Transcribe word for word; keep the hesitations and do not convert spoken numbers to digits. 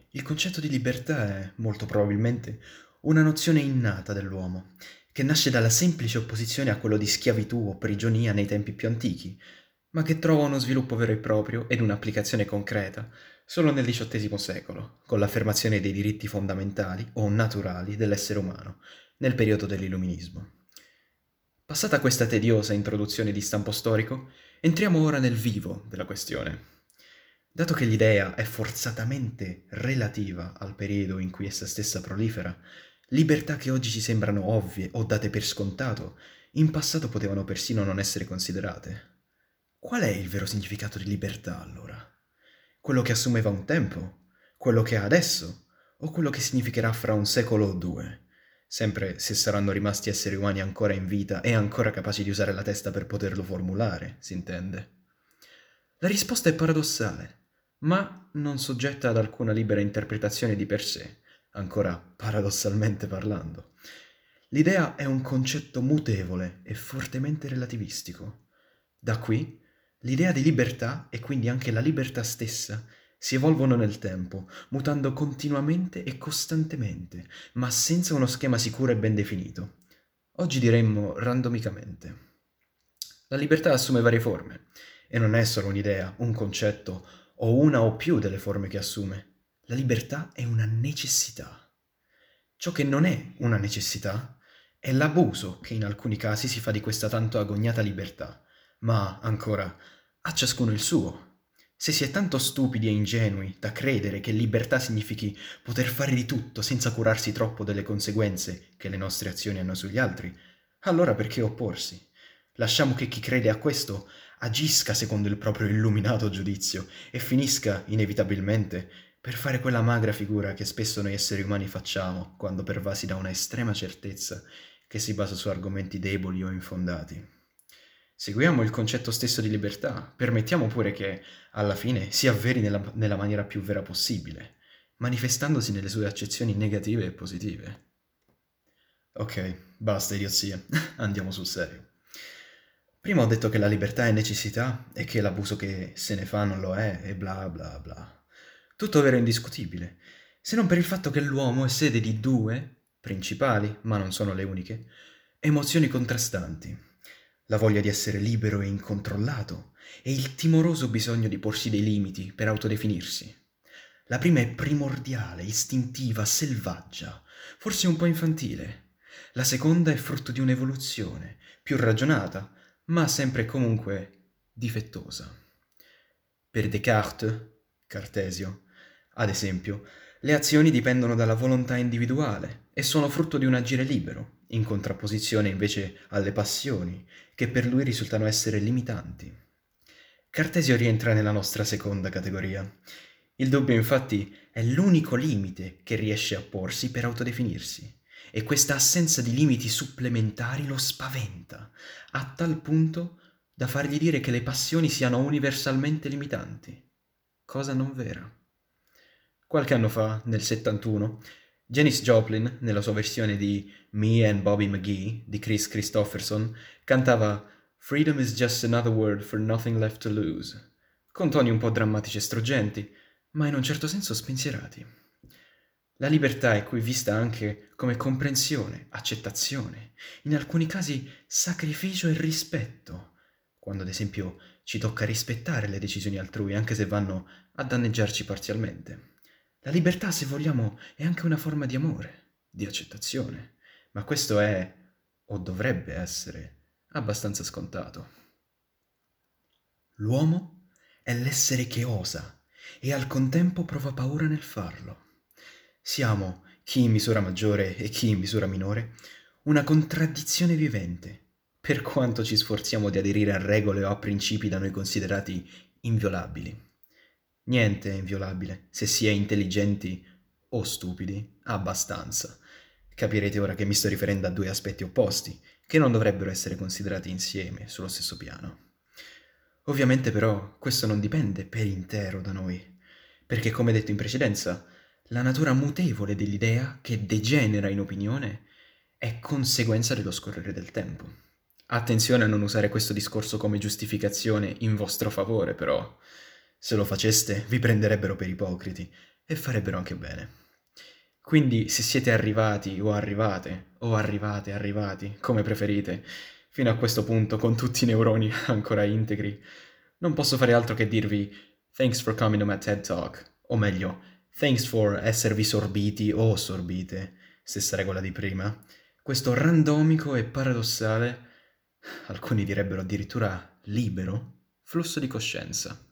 Il concetto di libertà è, molto probabilmente, una nozione innata dell'uomo, che nasce dalla semplice opposizione a quello di schiavitù o prigionia nei tempi più antichi, ma che trova uno sviluppo vero e proprio ed un'applicazione concreta solo nel diciottesimo secolo, con l'affermazione dei diritti fondamentali o naturali dell'essere umano, nel periodo dell'Illuminismo. Passata questa tediosa introduzione di stampo storico, entriamo ora nel vivo della questione. Dato che l'idea è forzatamente relativa al periodo in cui essa stessa prolifera, libertà che oggi ci sembrano ovvie o date per scontato, in passato potevano persino non essere considerate. Qual è il vero significato di libertà, allora? Quello che assumeva un tempo? Quello che ha adesso? O quello che significherà fra un secolo o due? Sempre se saranno rimasti esseri umani ancora in vita e ancora capaci di usare la testa per poterlo formulare, si intende. La risposta è paradossale, ma non soggetta ad alcuna libera interpretazione di per sé, ancora paradossalmente parlando. L'idea è un concetto mutevole e fortemente relativistico. Da qui, l'idea di libertà e quindi anche la libertà stessa si evolvono nel tempo, mutando continuamente e costantemente, ma senza uno schema sicuro e ben definito. Oggi diremmo randomicamente. La libertà assume varie forme, e non è solo un'idea, un concetto o una o più delle forme che assume. La libertà è una necessità. Ciò che non è una necessità è l'abuso che in alcuni casi si fa di questa tanto agognata libertà, ma, ancora, a ciascuno il suo. Se si è tanto stupidi e ingenui da credere che libertà significhi poter fare di tutto senza curarsi troppo delle conseguenze che le nostre azioni hanno sugli altri, allora perché opporsi? Lasciamo che chi crede a questo agisca secondo il proprio illuminato giudizio e finisca, inevitabilmente, per fare quella magra figura che spesso noi esseri umani facciamo quando pervasi da una estrema certezza che si basa su argomenti deboli o infondati. Seguiamo il concetto stesso di libertà, permettiamo pure che, alla fine, si avveri nella, nella maniera più vera possibile, manifestandosi nelle sue accezioni negative e positive. Ok, basta idiozie, andiamo sul serio. Prima ho detto che la libertà è necessità e che l'abuso che se ne fa non lo è e bla bla bla. Tutto vero e indiscutibile, se non per il fatto che l'uomo è sede di due, principali, ma non sono le uniche, emozioni contrastanti. La voglia di essere libero e incontrollato e il timoroso bisogno di porsi dei limiti per autodefinirsi. La prima è primordiale, istintiva, selvaggia, forse un po' infantile. La seconda è frutto di un'evoluzione, più ragionata, ma sempre e comunque difettosa. Per Descartes, Cartesio, ad esempio, le azioni dipendono dalla volontà individuale e sono frutto di un agire libero, in contrapposizione invece alle passioni, che per lui risultano essere limitanti. Cartesio rientra nella nostra seconda categoria. Il dubbio, infatti, è l'unico limite che riesce a porsi per autodefinirsi, e questa assenza di limiti supplementari lo spaventa, a tal punto da fargli dire che le passioni siano universalmente limitanti, cosa non vera. Qualche anno fa, nel settantuno, Janis Joplin, nella sua versione di Me and Bobby McGee di Chris Christopherson, cantava Freedom is just another word for nothing left to lose, con toni un po' drammatici e struggenti, ma in un certo senso spensierati. La libertà è qui vista anche come comprensione, accettazione, in alcuni casi sacrificio e rispetto, quando ad esempio ci tocca rispettare le decisioni altrui anche se vanno a danneggiarci parzialmente. La libertà, se vogliamo, è anche una forma di amore, di accettazione, ma questo è, o dovrebbe essere, abbastanza scontato. L'uomo è l'essere che osa e al contempo prova paura nel farlo. Siamo, chi in misura maggiore e chi in misura minore, una contraddizione vivente, per quanto ci sforziamo di aderire a regole o a principi da noi considerati inviolabili. Niente è inviolabile, se si è intelligenti o stupidi, abbastanza. Capirete ora che mi sto riferendo a due aspetti opposti, che non dovrebbero essere considerati insieme, sullo stesso piano. Ovviamente però questo non dipende per intero da noi, perché come detto in precedenza, la natura mutevole dell'idea che degenera in opinione è conseguenza dello scorrere del tempo. Attenzione a non usare questo discorso come giustificazione in vostro favore, però. Se lo faceste, vi prenderebbero per ipocriti e farebbero anche bene. Quindi, se siete arrivati o arrivate, o arrivate, arrivati, come preferite, fino a questo punto con tutti i neuroni ancora integri, non posso fare altro che dirvi thanks for coming to my TED Talk, o meglio, thanks for esservi sorbiti o sorbite, stessa regola di prima, questo randomico e paradossale, alcuni direbbero addirittura libero, flusso di coscienza.